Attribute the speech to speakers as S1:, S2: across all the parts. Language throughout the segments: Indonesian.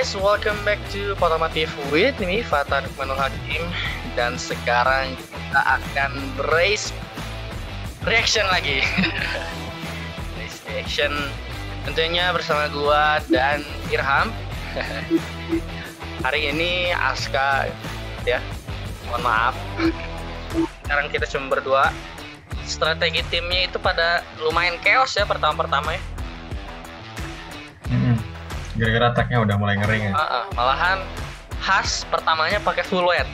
S1: guys, welcome back to Potomotif with me, Fatar Manul Hakim. Dan sekarang kita akan race reaction lagi. Race reaction tentunya bersama gua dan Irham. Hari ini Aska ya, mohon maaf. Sekarang kita cuma berdua. Strategi timnya itu pada lumayan chaos ya pertama-pertama ya.
S2: Gara-gara attack-nya udah mulai ngering ya.
S1: Malahan Has pertamanya pakai full weight.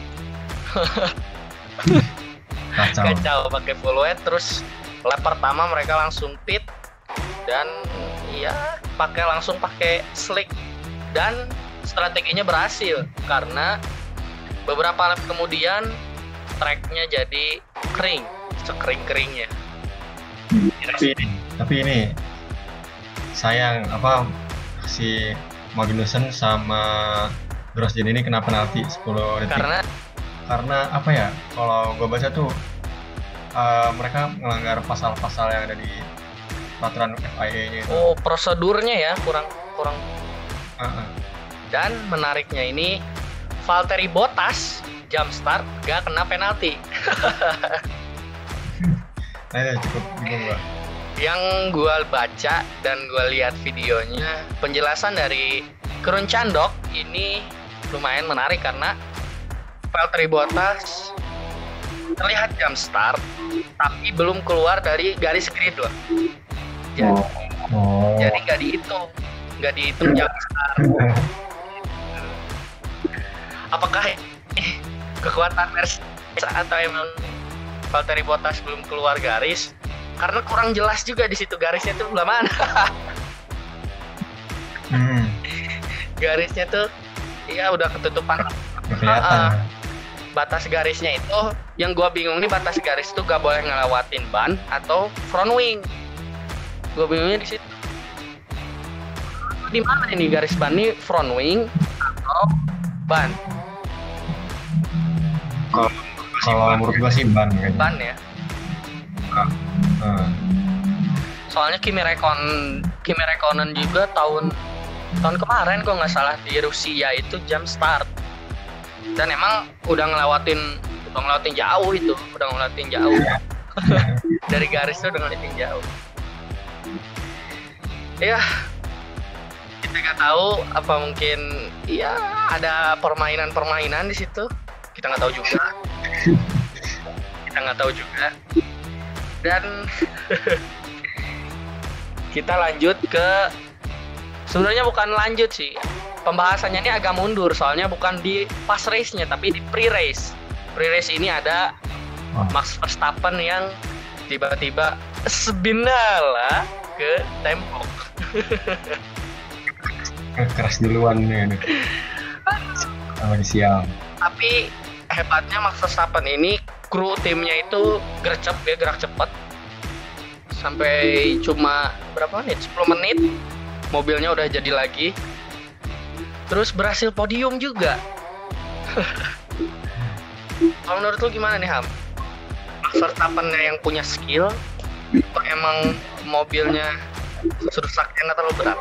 S1: Kacau pakai full weight, terus lap pertama mereka langsung pit dan ya langsung pakai slick, dan strateginya berhasil karena beberapa lap kemudian tracknya jadi kering, sekering-keringnya.
S2: Tapi ini sayang si Magnussen sama Grosjean ini kena penalti 10 detik. Karena apa ya? Kalau gue baca tuh mereka melanggar pasal-pasal yang ada di peraturan FIA-nya itu.
S1: Oh, prosedurnya ya kurang. Dan menariknya ini Valtteri Bottas jump start gak kena penalti.
S2: Nah itu cukup bingung gue.
S1: Yang gue baca dan gue lihat videonya, penjelasan dari Kurun Chandok ini lumayan menarik karena Valtteri Bottas terlihat jump start tapi belum keluar dari garis grid loh. Jadi nggak dihitung jump start. Apakah kekuatan Mercedes atau emang Valtteri Bottas belum keluar garis? Karena kurang jelas juga di situ garisnya tuh belah mana. Garisnya tuh ya udah ketutupan.
S2: Kelihatan.
S1: Batas garisnya itu yang gua bingung nih, batas garis tuh gak boleh ngelewatin ban atau front wing. Gua bingungnya di situ. Di mana ini garis ban nih, front wing atau ban?
S2: Kalau menurut gua sih ban kayaknya.
S1: Ban ya. Soalnya Kimi Räikkönen juga tahun kemarin kok nggak salah di Rusia itu jump start, dan emang udah ngelewatin jauh dari garis tuh udah ngelewatin jauh. Ya kita nggak tahu apa mungkin ya ada permainan di situ, kita nggak tahu juga. Dan kita lanjut ke, sebenarnya bukan lanjut sih, pembahasannya ini agak mundur soalnya bukan di pas race-nya tapi di pre-race. Pre-race ini ada Max Verstappen yang tiba-tiba sebinala ke tembok.
S2: Keras duluan nih. Siang.
S1: Tapi hebatnya Max Verstappen ini, kru timnya itu gercep, dia gerak cepat sampai cuma berapa menit, 10 menit mobilnya udah jadi lagi, terus berhasil podium juga. Kalau menurut lu gimana nih Ham? Max Verstappen yang punya skill atau emang mobilnya rusaknya nggak terlalu berat?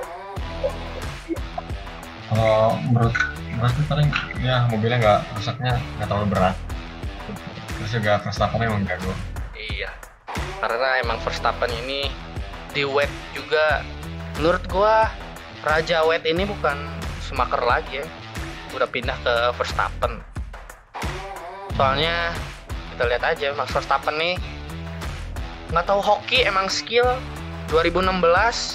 S2: Kalau menurut paling ya mobilnya rusaknya nggak terlalu berat. Terus juga Verstappen emang jago.
S1: Iya, karena emang Verstappen ini di wet juga. Menurut gua Raja Wet ini bukan Schumacher lagi ya, udah pindah ke Verstappen. Soalnya kita lihat aja Max Verstappen nih nggak tahu hoki, emang skill 2016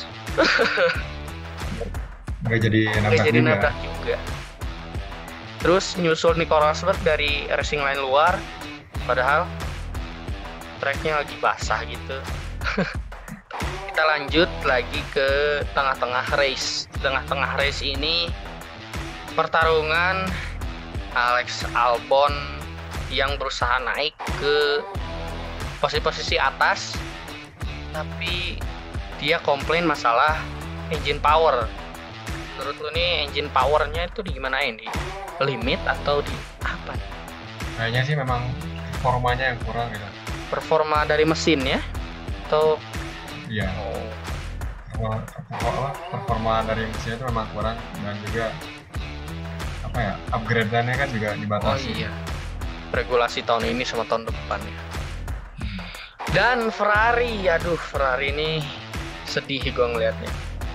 S2: nggak jadi nabrak juga.
S1: Terus nyusul Nico Rosberg dari racing line luar, padahal tracknya lagi basah gitu. Kita lanjut lagi ke tengah-tengah race. Tengah-tengah race ini pertarungan Alex Albon yang berusaha naik ke posisi atas, tapi dia komplain masalah engine power. Menurut lu nih engine powernya itu digimanain, di limit atau di apa?
S2: Kayaknya sih memang performanya yang kurang gitu.
S1: Performa dari mesin ya? Atau
S2: iya. Performa dari mesinnya itu memang kurang, dan juga apa ya, upgrade-annya kan juga dibatasi.
S1: Oh iya, regulasi tahun ini sama tahun depan ya. Dan Ferrari, aduh Ferrari ini sedih gue ngeliatnya.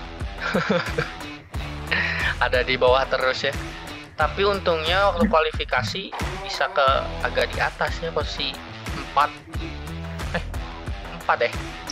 S1: Ada di bawah terus ya. Tapi untungnya waktu kualifikasi bisa ke agak di atas ya, posisi 4 5-6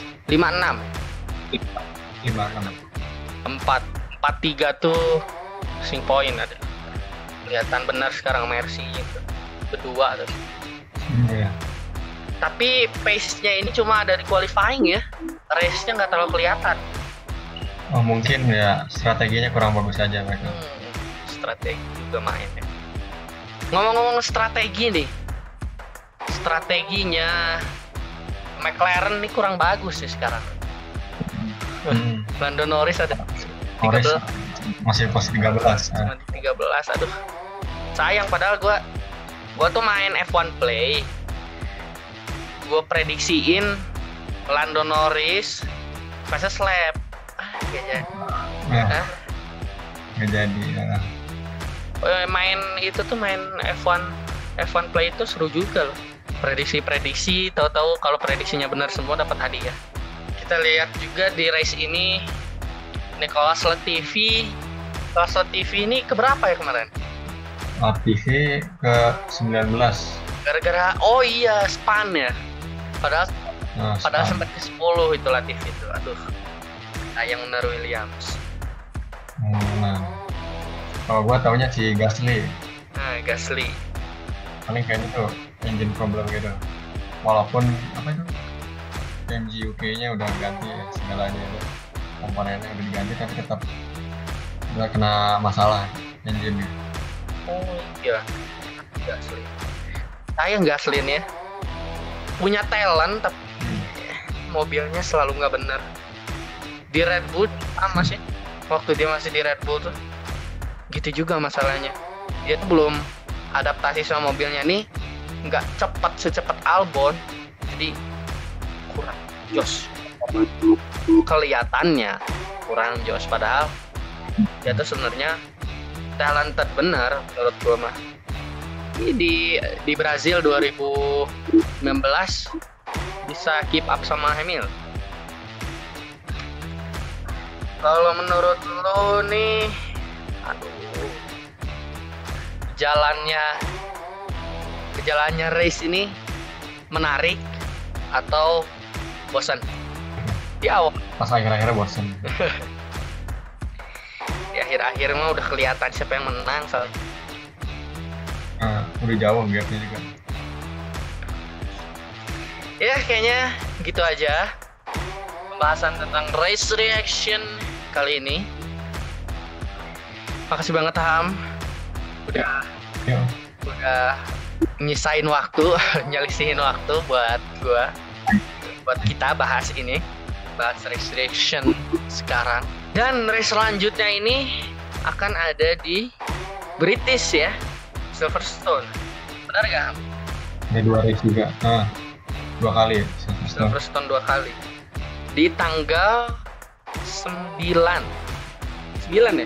S1: 4-3 tuh racing point ada. Kelihatan benar sekarang Mercy itu berdua tuh.
S2: Iya.
S1: Tapi pace-nya ini cuma ada di qualifying ya. Race-nya nggak terlalu kelihatan.
S2: Oh, mungkin ya strateginya kurang bagus aja mereka.
S1: Strategi juga main ya. Ngomong-ngomong strategi nih. Strateginya McLaren nih kurang bagus sih sekarang. Lando Norris ada 13.
S2: Masih posisi 13.
S1: Cuma di 13, aduh. Sayang padahal gua tuh main F1 Play. Gua prediksiin Lando Norris fast lap. Kayaknya.
S2: Nggak jadi ya.
S1: Main F1 Play itu seru juga loh. Prediksi, tahu-tahu kalau prediksinya benar semua dapat hadiah. Kita lihat juga di race ini Nicolas Latifi ini keberapa ya kemarin?
S2: Latifi ke 19.
S1: Gara-gara span ya. Padahal sempat ke 10 itu Latifi itu. Aduh. Sayang benar Williams.
S2: Nah. Kalau gua taunya si Gasly.
S1: Nah, Gasly.
S2: Paling kayaknya tuh engine problem gitu. Walaupun apa itu? MG UK-nya udah ganti ya, segalanya itu. Komponennya udah diganti tapi tetap udah kena masalah engine-nya.
S1: Oh iya. Gasly. Sayang Gasly nih ya. Punya talent tapi mobilnya selalu nggak bener. Di Red Bull sama sih. Waktu dia masih di Red Bull tuh gitu juga masalahnya. Dia tuh belum adaptasi sama mobilnya nih, nggak secepat Albon, jadi kurang jos. Kelihatannya kurang jos, padahal dia tuh sebenarnya talented benar menurut gua mah. Ini di Brazil 2019 bisa keep up sama Hamilton. Kalau menurut lo nih, jalannya race ini menarik atau bosan? Di awal.
S2: Pas akhir-akhirnya bosan.
S1: Di akhir-akhir mah udah kelihatan siapa yang menang soalnya.
S2: Udah jauh gapnya juga.
S1: Ya kayaknya gitu aja pembahasan tentang race reaction kali ini. Makasih banget Ham udah nyisain waktu, nyelisihin waktu buat kita bahas race reaction sekarang. Dan race selanjutnya ini akan ada di British ya, Silverstone. Benar gak Ham?
S2: Ada 2 race juga. 2 kali
S1: Silverstone 2 kali. Di tanggal 9 ya?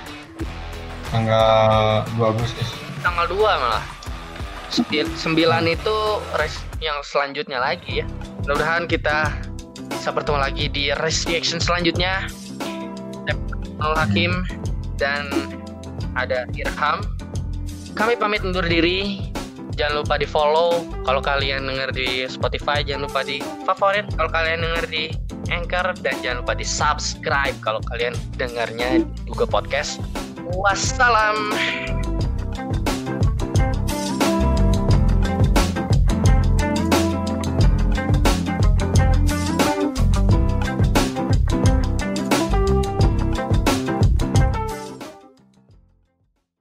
S2: Tanggal 2 Agustus.
S1: Tanggal 2 malah. 9 itu race yang selanjutnya lagi ya. Mudah-mudahan kita bisa bertemu lagi di race reaction selanjutnya. Nol Hakim dan ada Irham. Kami pamit undur diri. Jangan lupa di follow kalau kalian denger di Spotify, jangan lupa di favorit kalau kalian denger di Anchor, dan jangan lupa di subscribe kalau kalian dengarnya juga podcast. Wassalam.